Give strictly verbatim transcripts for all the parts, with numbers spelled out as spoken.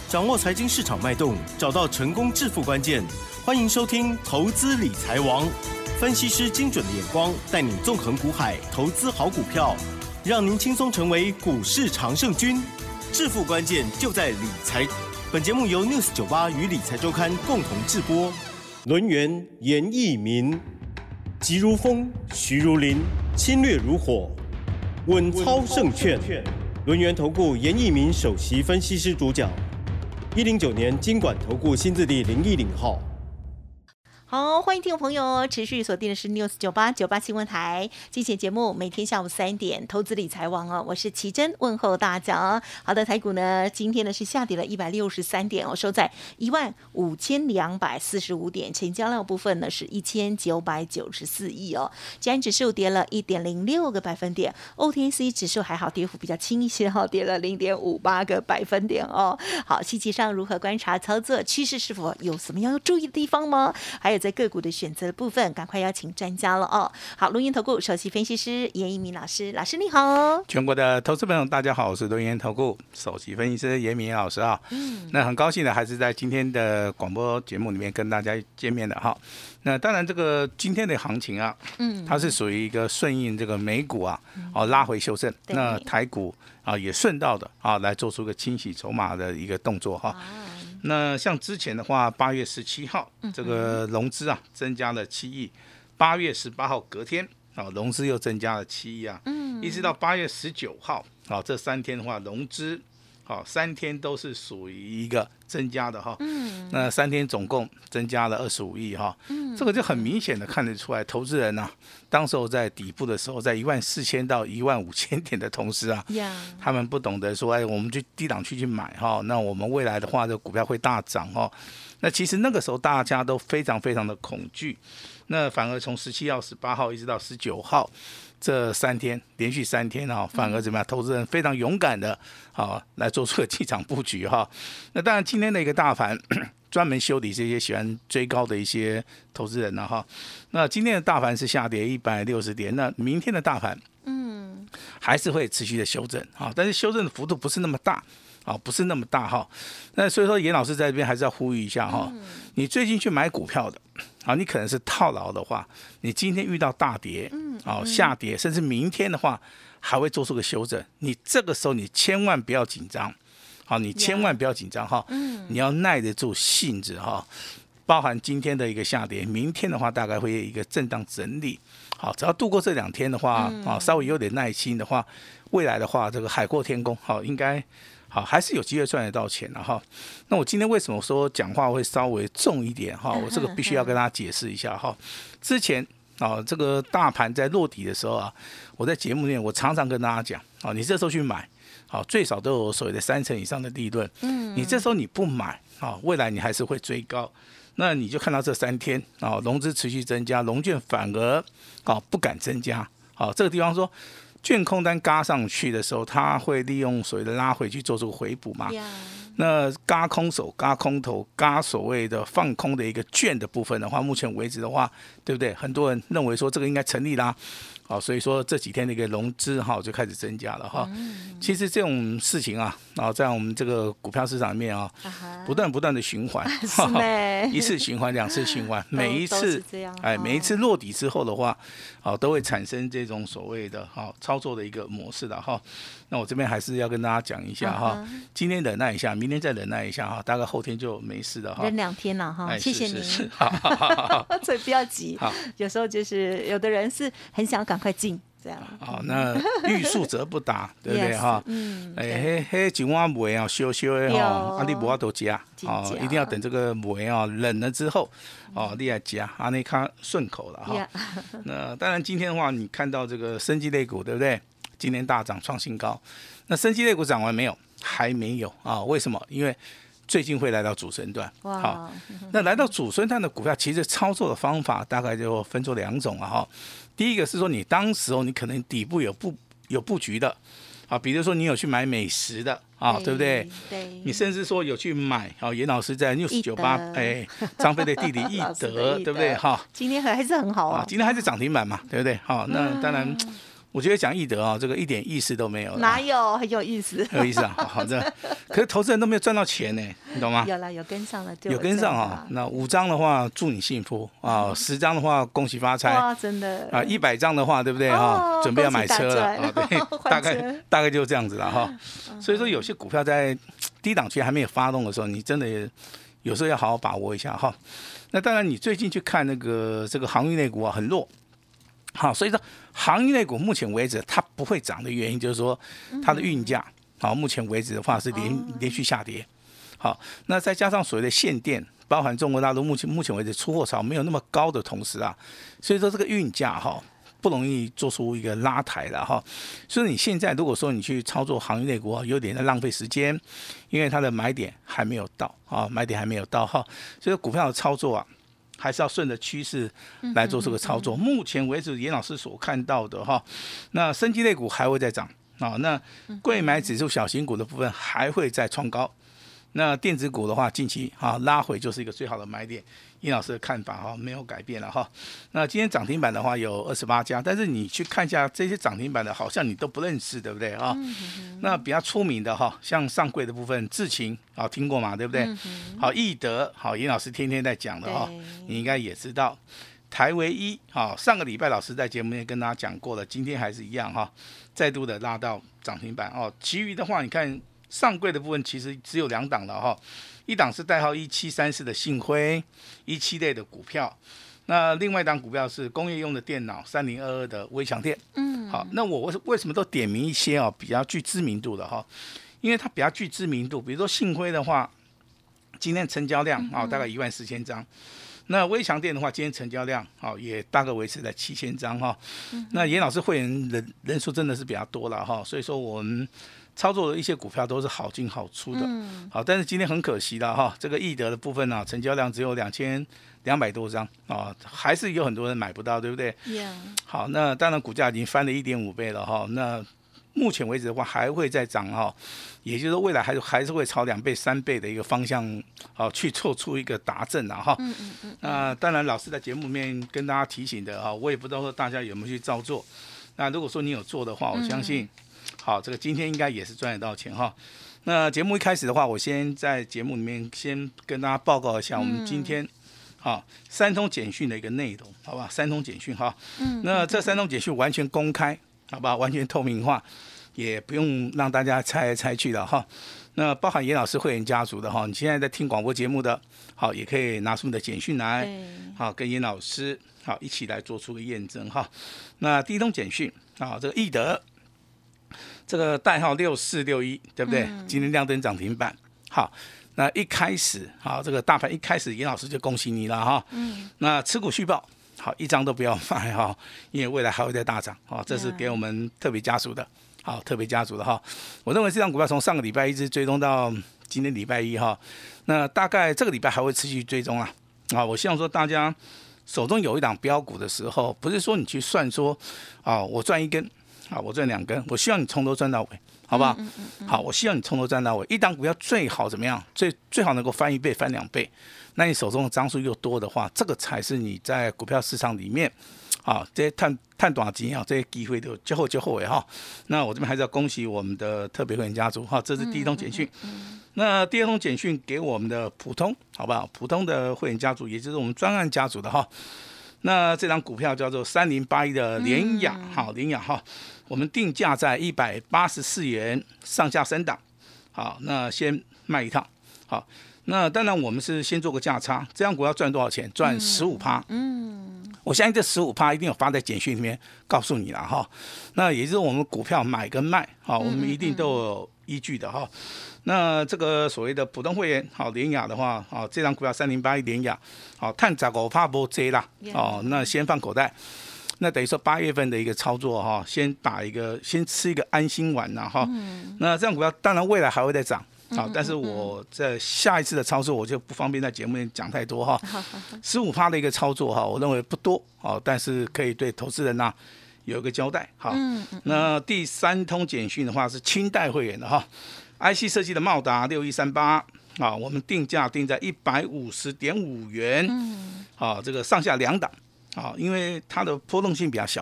掌握财经市场脉动，找到成功致富关键。欢迎收听《投资理财王》，分析师精准的眼光，带你纵横股海，投资好股票，让您轻松成为股市常胜军。致富关键就在理财。本节目由 News 九八与理财周刊共同制播。轮源严义民，急如风，徐如林，侵略如火，稳操胜券。轮源投顾严义民首席分析师主讲。一零九年金管投顾新字第零一零号。 好，欢迎听众朋友持续锁定的是 News 九八九八新闻台，今天节目每天下午三点，投资理财网哦，我是奇珍，问候大家。好的，台股呢，今天呢是下跌了一百六十三点哦，收在一万五千两百四十五点，成交量部分呢是一千九百九十四亿哦，加权指数跌了一点零六个百分点 ，O T C 指数还好，跌幅比较轻一些哈、哦，跌了零点五八个百分点哦。好，细节上如何观察操作，趋势是否有什么要注意的地方吗？还有在个股的选择的部分，赶快邀请专家了哦。好，轮源投顾首席分析师严义民老师，老师你好。 全国的投资朋友大家好，我是轮源投顾首席分析师严义民老师啊。嗯，那很高兴的还是在今天的广播节目里面跟大家见面的哈。那当然这个今天的行情啊，嗯，它是属于一个顺应这个美股啊，哦拉回修正，那台股啊也顺道的啊来做出个清洗筹码的一个动作哈。那像之前的话，八月十七号这个融资啊增加了七亿，八月十八号隔天啊融资又增加了七亿啊，一直到八月十九号啊这三天的话融资好三天都是属于一个增加的哈，那三天总共增加了二十五亿哈，这个就很明显的看得出来，投资人啊，当时候在底部的时候，在一万四千到一万五千点的同时啊， yeah. 他们不懂得说，哎，我们去低档区去买哈，那我们未来的话，这股票会大涨哈。那其实那个时候大家都非常非常的恐惧，那反而从十七号、十八号一直到十九号。这三天连续三天啊，反而怎么样？投资人非常勇敢的啊，来做出了进场布局哈。那当然，今天的一个大盘专门修理这些喜欢追高的一些投资人了哈。那今天的大盘是下跌一百六十点，那明天的大盘嗯还是会持续的修正啊，但是修正的幅度不是那么大。啊，不是那么大哈，那所以说严老师在这边还是要呼吁一下哈，你最近去买股票的，啊，你可能是套牢的话，你今天遇到大跌，啊下跌，甚至明天的话还会做出个修正，你这个时候你千万不要紧张，好，你千万不要紧张哈，你要耐得住性子哈，包含今天的一个下跌，明天的话大概会有一个震荡整理，好，只要度过这两天的话，啊，稍微有点耐心的话，未来的话这个海阔天空，好，应该。好，还是有机会赚得到钱的哈。那我今天为什么说讲话会稍微重一点哈？我这个必须要跟大家解释一下哈。之前啊，这个大盘在落底的时候啊，我在节目里面我常常跟大家讲啊，你这时候去买，好，最少都有所谓的三成以上的利润。嗯，你这时候你不买啊，未来你还是会追高。那你就看到这三天啊，融资持续增加，融券反而啊不敢增加。好，这个地方说。券空单嘎上去的时候，它会利用所谓的拉回去做出回补嘛？ Yeah. 那嘎空手、嘎空头、嘎所谓的放空的一个券的部分的话，目前为止的话，对不对？很多人认为说这个应该成立啦，好，所以说这几天的一个融资哈就开始增加了哈。嗯、其实这种事情啊，啊，在我们这个股票市场里面啊， uh-huh. 不断不断的循环，一次循环、两次循环，每一次哎，每一次落底之后的话，好，都会产生这种所谓的哈操作的一个模式的哈。那我这边还是要跟大家讲一下哈， uh-huh. 今天忍耐一下，明天再忍耐一下哈，大概后天就没事了哈。 忍两天了哈，谢谢您。 是是是好好好好所以不要急，有时候就是有的人是很想赶快进。这样好，那欲速则不达，对不对哈？嗯，哎，嘿嘿，一碗糜啊，烧烧的哈，啊，你不要多加，哦，一定要等这个糜啊冷了之后，哦，你来加，啊，你看顺口了哈。那当然，今天的话，你看到这个生技类股，对不对？今天大涨创新高，那生技类股涨完没有？还没有啊？为什么？因为最近会来到主升段，好，那来到主升段的股票，其实操作的方法大概就分作两种啊哈。第一个是说，你当时候你可能底部有布有布局的，啊，比如说你有去买美食的啊， 对, 对不对？对。你甚至说有去买，啊，严老师在 News 九八，哎，张飞的弟弟易德，对不对？哈， 今天还是很好啊， 今天还是涨停板嘛，对不对？好，那当然。 我觉得讲易德啊，这个一点意思都没有。 哪有，很有意思， 很有意思啊，好的。可是投资人都没有赚到钱呢，你懂吗？ 有了，有跟上了， 有跟上啊。那五张的话，祝你幸福啊；十张的话，恭喜发财。 哇，真的啊！一百张的话，对不对哈？准备要买车了啊，对，大概大概就这样子了哈。所以说，有些股票在低档区还没有发动的时候，你真的有时候要好好把握一下哈。那当然，你最近去看那个这个航运类股啊，很弱。好，所以说航运类股目前为止它不会涨的原因，就是说它的运价，好，目前为止的话是连连续下跌。好，那再加上所谓的限电，包含中国大陆目前目前为止出货潮没有那么高的同时啊，所以说这个运价哈不容易做出一个拉抬了哈。所以你现在如果说你去操作航运类股，有点在浪费时间，因为它的买点还没有到啊，买点还没有到哈，所以股票的操作啊，还是要顺着趋势来做这个操作。目前为止，严老师所看到的哈，那生技类股还会再涨啊，那贵买指数小型股的部分还会再创高。那电子股的话，近期啊拉回就是一个最好的买点。殷老师的看法哈没有改变了哈。那今天涨停板的话有二十八家，但是你去看一下这些涨停板的，好像你都不认识，对不对啊？那比较出名的哈，像上柜的部分，智勤啊听过嘛，对不对？好，易德好，殷老师天天在讲的哈，你应该也知道。台唯一好，上个礼拜老师在节目内跟大家讲过了，今天还是一样哈，再度的拉到涨停板哦。其余的话，你看。上柜的部分其实只有两档了哈，一档是代号一七三四的信辉，一七类的股票，那另外一档股票是工业用的电脑三零二二的微强电。嗯，好，那我为什么都点名一些哦比较具知名度的哈？因为它比较具知名度，比如说信辉的话，今天成交量啊、哦、大概一万四千张。那微强电的话，今天成交量好也大概维持在七千张哈。那严老师会员人人数真的是比较多了哈，所以说我们操作的一些股票都是好进好出的。好，但是今天很可惜了哈，这个易德的部分呢、啊，成交量只有两千两百多张啊，还是有很多人买不到，对不对？ Yeah. 好，那当然股价已经翻了一点五倍了哈，那目前为止的话还会再涨哈，也就是说未来还是还是会朝两倍、三倍的一个方向啊去做出一个达阵啊哈。嗯嗯嗯。那当然，老师在节目里面跟大家提醒的哈，我也不知道说大家有没有去照做。那如果说你有做的话，我相信，好，这个今天应该也是赚得到钱哈。那节目一开始的话，我先在节目里面先跟大家报告一下我们今天。好，三通简讯的一个内容，好吧？三通简讯哈，嗯，那这三通简讯完全公开，好吧？完全透明化，也不用让大家猜来猜去的哈。那包含严老师会员家族的哈，你现在在听广播节目的，好，也可以拿出你的简讯来，好，跟严老师好一起来做出个验证哈。那第一通简讯啊，这个易德，这个代号六四六一，对不对？嗯、今天亮灯涨停板，好。那一开始，好，这个大盘一开始，严老师就恭喜你了哈。嗯。那持股续报，好，一张都不要卖哈，因为未来还会再大涨，好，这是给我们特别家族的，好，特别家族的哈。我认为这张股票从上个礼拜一直追踪到今天礼拜一哈，那大概这个礼拜还会持续追踪啦。啊，我希望说大家手中有一档标股的时候，不是说你去算说，啊，我赚一根，啊，我赚两根，我希望你从头赚到尾。好不好？嗯嗯嗯好，我希望你从头赚到尾。一档股票最好怎么样？最最好能够翻一倍、翻两倍。那你手中的张数又多的话，这个才是你在股票市场里面，啊，这些探探短期啊，这些机会都最后最后尾哈。那我这边还是要恭喜我们的特别会员家族哈，这是第一通简讯。嗯嗯嗯那第二通简讯给我们的普通，好不好？普通的会员家族，也就是我们专案家族的哈。那这张股票叫做三零八一的联雅，好，联雅哈。我们定价在一百八十四元上下三档，好，那先卖一趟，好，那当然我们是先做个价差，这样股要赚多少钱？赚十五趴，嗯，我相信这十五趴一定有发在简讯里面告诉你了哈。那也就是我们股票买跟卖，好，我们一定都有依据的哈。那这个所谓的普通会员，好，联雅的话，好，这张股票三零八一联雅，好，探十五趴不追啦，哦，那先放口袋。那等于说八月份的一个操作哈，先打一个，先吃一个安心丸呐哈。嗯、那这样股票当然未来还会再涨，好，但是我在下一次的操作我就不方便在节目里讲太多哈。十五趴的一个操作哈，我认为不多哦，但是可以对投资人呐、啊、有一个交代哈。嗯嗯、那第三通简讯的话是清代会员的哈 ，I C 设计的茂达六一三八啊，我们定价定在一百五十点五元，嗯，啊，这个上下两档。啊，因为它的波动性比较小，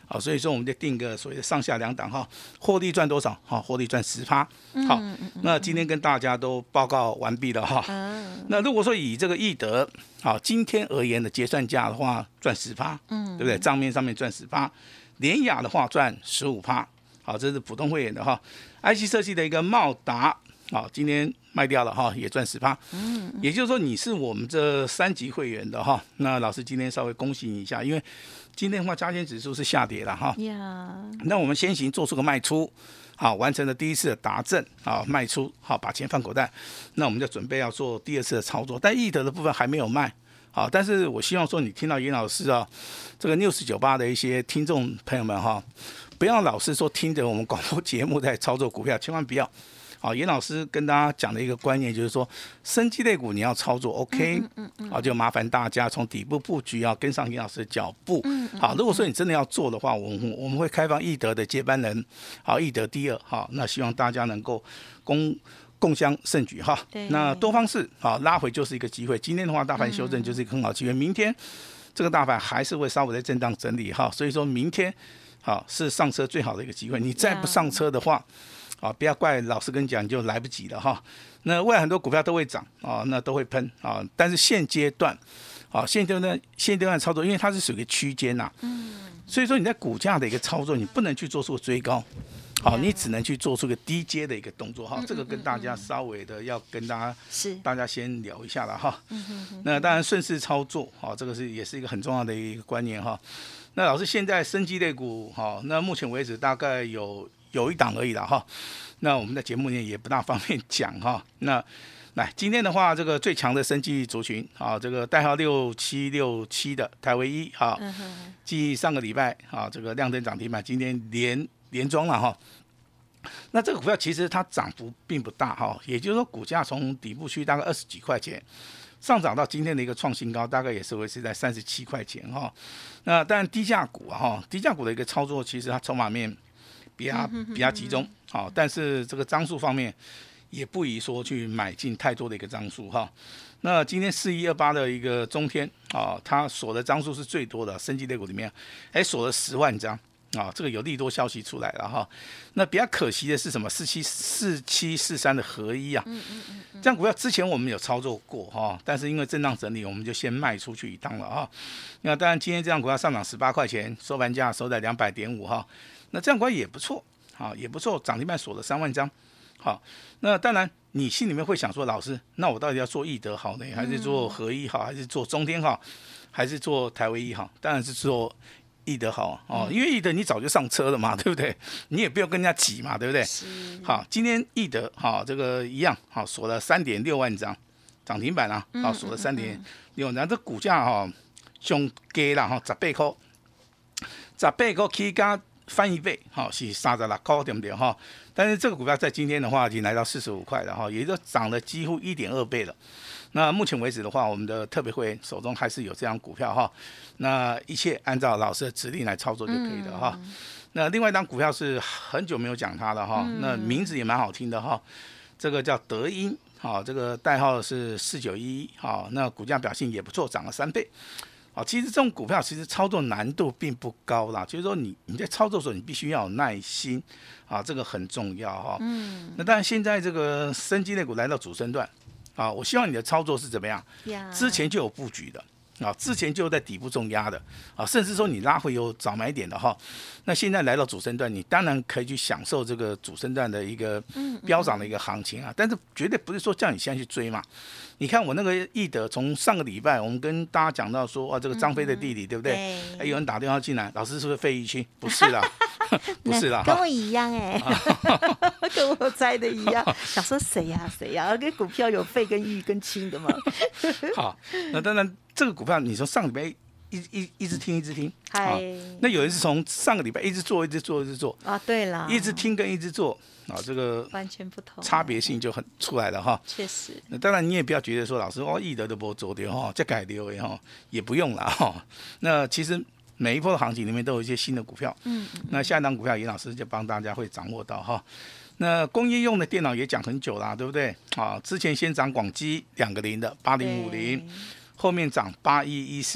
好，所以说我们就定个所谓的上下两档哈，获利赚多少？好，获利赚十趴。好，那今天跟大家都报告完毕了哈。那如果说以这个易德好今天而言的结算价的话，赚十趴，对不对？账面上面赚十趴，联亚的话赚十五趴。好，这是普通会员的哈。I C 设计的一个茂达，好，今天卖掉了哈，也赚十趴。嗯，也就是说你是我们这三级会员的哈，那老师今天稍微恭喜你一下，因为今天的话加权指数是下跌了哈。Yeah. 那我们先行做出个卖出，好，完成了第一次的达阵，好，卖出，好，把钱放口袋。那我们就准备要做第二次的操作，但易德的部分还没有卖。好，但是我希望说你听到严老师啊，这个 News 九八的一些听众朋友们哈，不要老是说听着我们广播节目在操作股票，千万不要。好，严老师跟大家讲的一个观念就是说，生技类股你要操作 OK， 好，就麻烦大家从底部布局要跟上严老师的脚步。好，如果说你真的要做的话，我们我们会开放易德的接班人，好，易德第二，好，那希望大家能够共共襄盛举哈。那多方式好拉回就是一个机会，今天的话大盘修正就是一个很好的机会，明天这个大盘还是会稍微的震荡整理哈，所以说明天好是上车最好的一个机会，你再不上车的话。啊，不要怪老师跟你讲，你就来不及了哈。那未来很多股票都会涨啊，那都会喷啊，但是现阶段，啊，现阶段现阶段操作，因为它是属于区间呐，嗯，所以说你在股价的一个操作，你不能去做出追高，好，你只能去做出个低阶的一个动作哈。这个跟大家稍微的要跟大家是大家先聊一下了哈。那当然顺势操作，好，这个是也是一个很重要的一个观念哈。那老师现在生技类股，好，那目前为止大概有。有一档而已啦哈，那我们在节目里面也不大方便讲哈。那来今天的话，这个最强的生技族群啊，这个代号六七六七的台唯一啊，继上个礼拜啊这个亮灯涨停板，今天连连庄了哈。那这个股票其实它涨幅并不大哈，也就是说股价从底部区大概二十几块钱。上涨到今天的一个创新高，大概也是维持在三十七块钱哈。那当然低价股啊哈，低价股的一个操作，其实它筹码面比较比较集中，好，但是这个张数方面也不宜说去买进太多的一个张数哈。那今天四一二八的一个中天啊，它锁的张数是最多的，生技类股里面，哎，锁了十万张啊，这个有利多消息出来了哈。那比较可惜的是什么？四七四七四三的合一啊，这样股票之前我们有操作过哈，但是因为震荡整理，我们就先卖出去一趟了哈。那当然今天这样股票上涨十八块钱，收盘价收在两百点五哈。那这样股票也不错，好也不错，涨停板锁了三万张，好，那当然你心里面会想说，老师，那我到底要做易德好呢，还是做合一好，还是做中天好，还是做台唯一好？当然是做易德好哦，因为易德你早就上车了嘛，对不对？你也不用跟人家挤嘛，对不对？好，今天易德好这个一样，好锁了三点六万张，涨停板啊，好锁了三点六万张，这股价哈上低啦哈，十八块，十八块起价。翻一倍，好是三十六块，对不对哈？但是这个股票在今天的话已经来到四十五块了哈，也就涨了几乎一点二倍了。那目前为止的话，我们的特别会员手中还是有这张股票哈。那一切按照老师的指令来操作就可以了哈。嗯、那另外一张股票是很久没有讲它了哈，嗯、那名字也蛮好听的哈。这个叫德音，好，这个代号是四九一一，好，那股价表现也不错，涨了三倍。啊，其实这种股票其实操作难度并不高啦，就是说你你在操作的时候，你必须要有耐心，啊，这个很重要哈。嗯。那当然，现在这个生技类股来到主升段，啊，我希望你的操作是怎么样？ Yeah. 之前就有布局的。啊，之前就在底部重压的啊，甚至说你拉回有早买点的哈，那现在来到主升段，你当然可以去享受这个主升段的一个飙涨的一个行情啊，但是绝对不是说叫你现在去追嘛。你看我那个易德，从上个礼拜我们跟大家讲到说，啊，这个张飞的弟弟对不对？哎，有人打电话进来，老师是不是费玉清？不是啦，不是啦， 跟我一样哎、欸，跟我猜的一样，想说谁呀谁呀？跟股票有费跟玉跟清的嘛。 好，那当然。这个股票，你从上礼拜一一一直听一直听，啊，那有人是从上个礼拜一直做一直做一直做啊，对啦， 一直听跟一直做啊，这个完全不同， 差别性就很出来了哈。 确实， 那当然你也不要觉得说老师哦，易德都不做的哈，再改流的哈，也不用了哈。那其实每一波的行情里面都有一些新的股票，嗯，嗯那下一档股票严老师就帮大家会掌握到哈。那工业用的电脑也讲很久啦，对不对？啊，之前先涨广基两个零的八零五零。后面涨八一一四的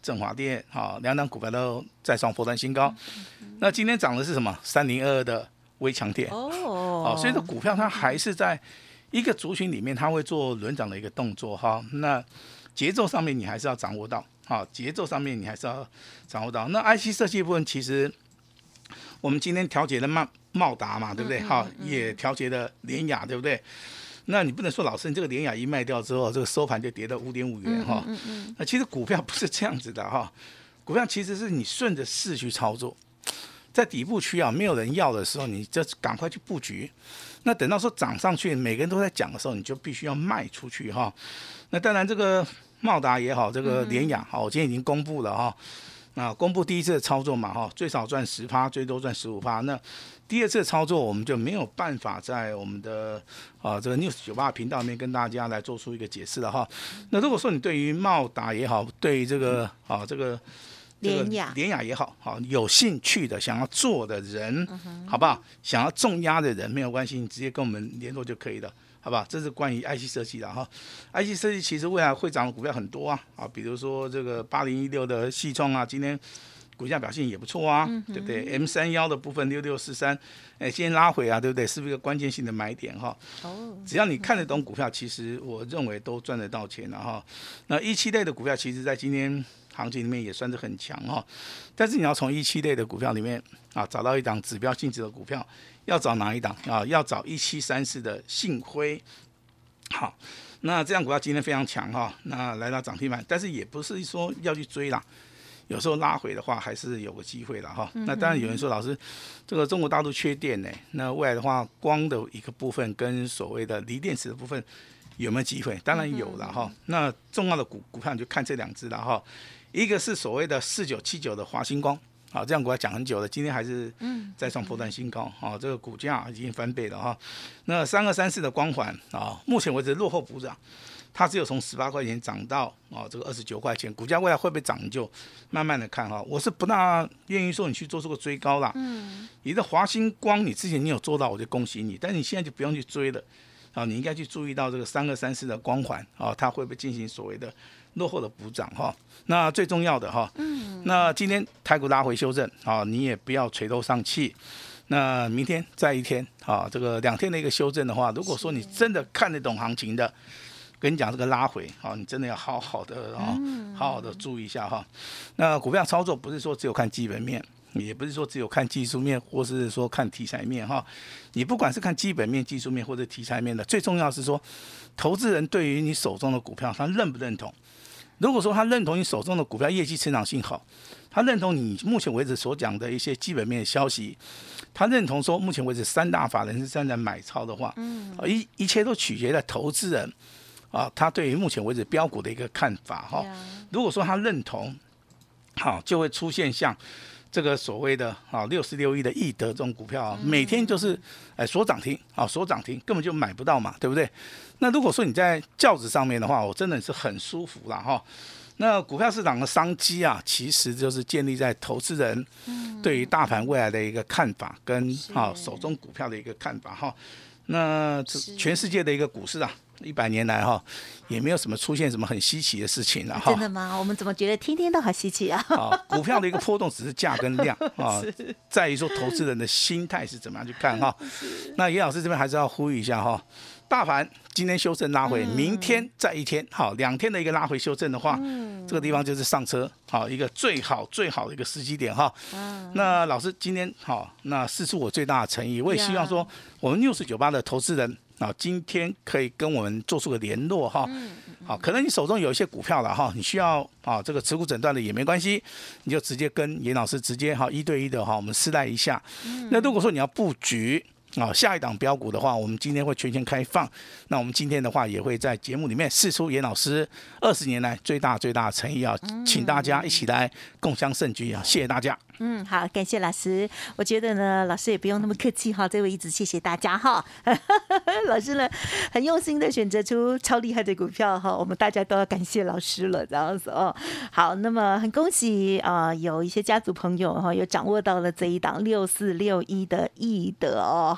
振华电啊，两档股票都再创波段新高。那今天涨的是什么？三零二二的微强电哦，哦，所以这股票它还是在一个族群里面，它会做轮涨的一个动作哈。那节奏上面你还是要掌握到，好，节奏上面你还是要掌握到。那 I C 设计部分，其实我们今天调节了茂茂达嘛，对不对？好，也调节了联亚，对不对？那你不能说老师，你这个联亚一卖掉之后，这个收盘就跌到五点五元哈。那其实股票不是这样子的哈，股票其实是你顺着势去操作。在底部区啊，没有人要的时候，你就赶快去布局。那等到说涨上去，每个人都在讲的时候，你就必须要卖出去哈。那当然，这个茂达也好，这个联亚好，我今天已经公布了哈。那公布第一次的操作嘛哈，最少赚十趴，最多赚十五趴。那第二次的操作，我们就没有办法在我们的啊这个 News 九八频道里面跟大家来做出一个解释了哈。那如果说你对于茂达也好，对于这个啊这个。 联亚联亚也好，好有兴趣的想要做的人，嗯、好不好？想要重压的人没有关系，你直接跟我们联络就可以了，好不好？这是关于 I C 设计的哈。I C 设计其实未来会涨的股票很多啊，啊，比如说这个八零一六的矽创啊，今天股价表现也不错啊，嗯、对不对 ？M 三十一的部分六六四三，哎，今天拉回啊，对不对？是不是一个关键性的买点哈？哦，只要你看得懂股票，其实我认为都赚得到钱了哈。那一期类的股票，其实在今天行情里面也算是很强哈，但是你要从一期类的股票里面啊找到一档指标性质的股票，要找哪一档啊？要找一七三四的信辉。好，那这样股票今天非常强哈，那来到涨停板，但是也不是说要去追啦，有时候拉回的话还是有个机会啦哈。那当然有人说老师，这个中国大陆缺电呢，那未来的话光的一个部分跟所谓的锂电池的部分有没有机会？当然有了哈。那重要的股股票你就看这两只了哈。一个是所谓的四九七九的华星光，好，这样股票讲很久了，今天还是再创波段新高，好，这个股价已经翻倍了哈。那三二三四的光环啊，目前为止落后补涨，它只有从十八块钱涨到啊这个二十九块钱，股价未来会不会涨，你就慢慢的看哈。我是不大愿意说你去做这个追高啦，嗯，你的华星光你之前你有做到，我就恭喜你，但是你现在就不用去追了，啊，你应该去注意到这个三二三四的光环啊，它会不会进行所谓的落后的补涨哈？那最重要的哈，嗯，那今天台股拉回修正啊，你也不要垂头丧气。那明天再一天啊，这个两天的一个修正的话，如果说你真的看得懂行情的，跟你讲这个拉回啊，你真的要好好的啊，好好的注意一下哈。那股票操作不是说只有看基本面，也不是说只有看技术面，或是说看题材面哈。你不管是看基本面、技术面或者题材面的，最重要是说，投资人对于你手中的股票，他认不认同？如果说他认同你手中的股票业绩成长性好，他认同你目前为止所讲的一些基本面的消息，他认同说目前为止三大法人是站在买超的话，嗯，一一切都取决在投资人啊，他对于目前为止标股的一个看法哈。如果说他认同，好，就会出现像这个所谓的啊六四六一的易德这种股票啊，每天就是哎锁涨停啊锁涨停，根本就买不到嘛，对不对？那如果说你在轿子上面的话，我真的是很舒服啦哈。那股票市场的商机啊，其实就是建立在投资人对于大盘未来的一个看法跟啊手中股票的一个看法哈。那全世界的一个股市啊，一百年来哈，也没有什么出现什么很稀奇的事情了哈。 真的吗？我们怎么觉得天天都好稀奇啊？ 啊，股票的一个波动只是价跟量啊，在于说投资人的心态是怎么样去看哈。那严老师这边还是要呼吁一下哈，大盘今天修正拉回，嗯、明天再一天，好，两天的一个拉回修正的话，嗯、这个地方就是上车好一个最好最好的一个时机点哈。嗯、那老师今天好，那释出我最大的诚意，我也希望说我们News九八的投资人啊，今天可以跟我们做出个联络哈。嗯好，可能你手中有一些股票了哈，你需要啊这个持股诊断的也没关系，你就直接跟严老师直接哈一对一的哈，我们私带一下。嗯、那如果说你要布局啊下一档标股的话，我们今天会全线开放。那我们今天的话也会在节目里面释出严老师二十年来最大最大的诚意啊，请大家一起来共襄盛举啊！谢谢大家。 嗯，好，感谢老师。我觉得呢，老师也不用那么客气哈，这位一直谢谢大家哈。老师呢，很用心的选择出超厉害的股票哈，我们大家都要感谢老师了，这样子哦。好，那么很恭喜啊、呃，有一些家族朋友哈，有掌握到了这一档六四六一的易德哦。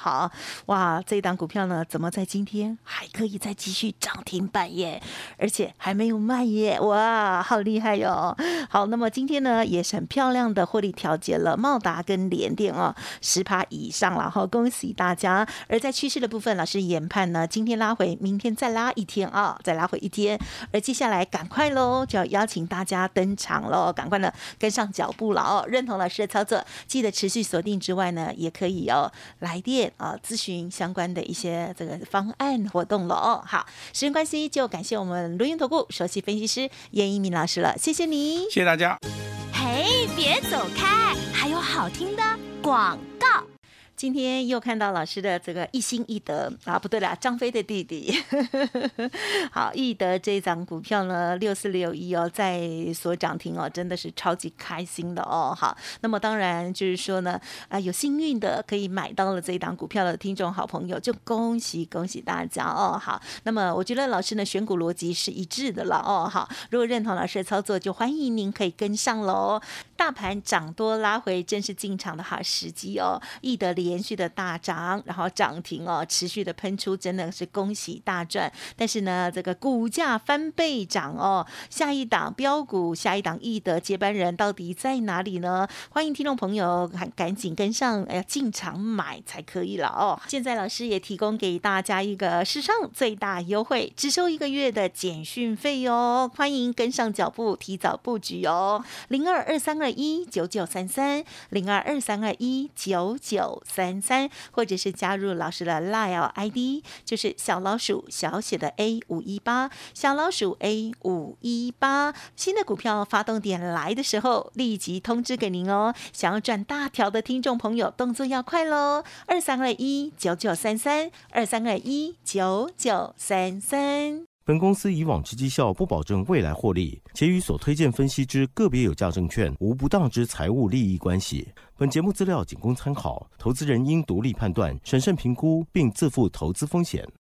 好，哇，这一档股票呢，怎么在今天还可以再继续涨停板耶？而且还没有卖耶，哇，好厉害哟！好，那么今天呢，也是很漂亮的获利调节了茂达跟联电哦，十趴以上了哈，恭喜大家。而在趋势的部分，老师研判呢，今天拉回，明天再拉一天啊，再拉回一天。而接下来赶快喽，就要邀请大家登场喽，赶快呢跟上脚步了哦。认同老师的操作，记得持续锁定之外呢，也可以哦来电啊咨询相关的一些这个方案活动了哦。好，时间关系，就感谢我们轮源投顾首席分析师严一鸣老师了，谢谢你， 谢谢大家。 嘿，别走开，还有好听的广告。 今天又看到老师的这个一心一德啊，不对啦，张飞的弟弟。好，一德这一张股票呢，六四六一哦，在所涨停哦，真的是超级开心的哦。好，那么当然就是说呢，啊，有幸运的可以买到了这一档股票的听众好朋友，就恭喜恭喜大家哦。好，那么我觉得老师呢选股逻辑是一致的了哦。好，如果认同老师的操作，就欢迎您可以跟上喽。大盘涨多拉回，正是进场的好时机哦。易德连续的大涨，然后涨停哦，持续的喷出，真的是恭喜大赚。但是呢，这个股价翻倍涨哦，下一档标股，下一档易德接班人到底在哪里呢？欢迎听众朋友赶紧跟上，要进场买才可以了哦。现在老师也提供给大家一个史上最大优惠，只收一个月的简讯费哦，欢迎跟上脚步，提早布局哦。零二二三二一九九三三，零二二三二一九九三三，或者是加入老师的 Line I D， 就是小老鼠小写的 A 五一八，小老鼠 A 五一八。新的股票发动点来的时候，立即通知给您哦。想要赚大条的听众朋友，动作要快喽！二三二一九九三三，二三二一九九三三。 本公司以往之绩效不保证未来获利，且与所推荐分析之个别有价证券无不当之财务利益关系。本节目资料仅供参考，投资人应独立判断、审慎评估，并自负投资风险。